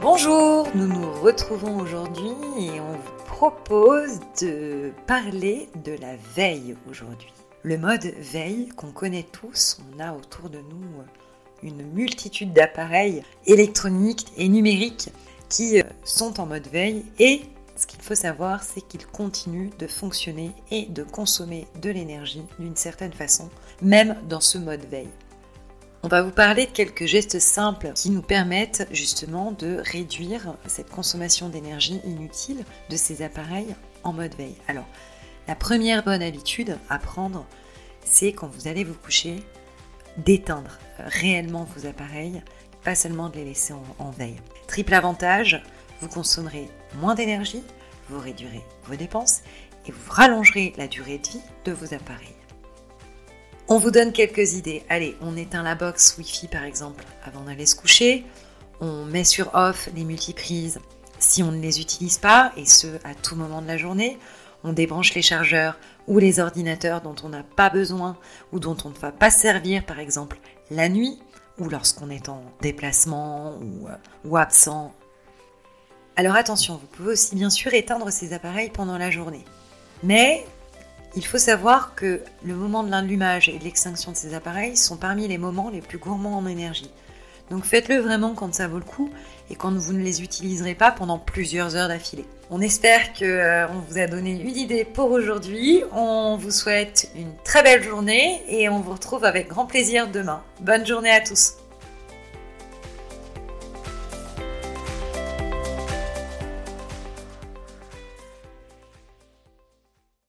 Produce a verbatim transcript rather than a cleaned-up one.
Bonjour, nous nous retrouvons aujourd'hui et on vous propose de parler de la veille aujourd'hui. Le mode veille qu'on connaît tous, on a autour de nous une multitude d'appareils électroniques et numériques qui sont en mode veille et ce qu'il faut savoir, c'est qu'ils continuent de fonctionner et de consommer de l'énergie d'une certaine façon, même dans ce mode veille. On va vous parler de quelques gestes simples qui nous permettent justement de réduire cette consommation d'énergie inutile de ces appareils en mode veille. Alors, la première bonne habitude à prendre, c'est quand vous allez vous coucher, d'éteindre réellement vos appareils, pas seulement de les laisser en, en veille. Triple avantage, vous consommerez moins d'énergie, vous réduirez vos dépenses et vous rallongerez la durée de vie de vos appareils. On vous donne quelques idées. Allez, on éteint la box Wi-Fi par exemple avant d'aller se coucher. On met sur off les multiprises si on ne les utilise pas et ce à tout moment de la journée. On débranche les chargeurs ou les ordinateurs dont on n'a pas besoin ou dont on ne va pas servir par exemple la nuit ou lorsqu'on est en déplacement ou, euh, ou absent. Alors attention, vous pouvez aussi bien sûr éteindre ces appareils pendant la journée. Mais il faut savoir que le moment de l'allumage et de l'extinction de ces appareils sont parmi les moments les plus gourmands en énergie. Donc faites-le vraiment quand ça vaut le coup et quand vous ne les utiliserez pas pendant plusieurs heures d'affilée. On espère qu'on euh, vous a donné une idée pour aujourd'hui. On vous souhaite une très belle journée et on vous retrouve avec grand plaisir demain. Bonne journée à tous.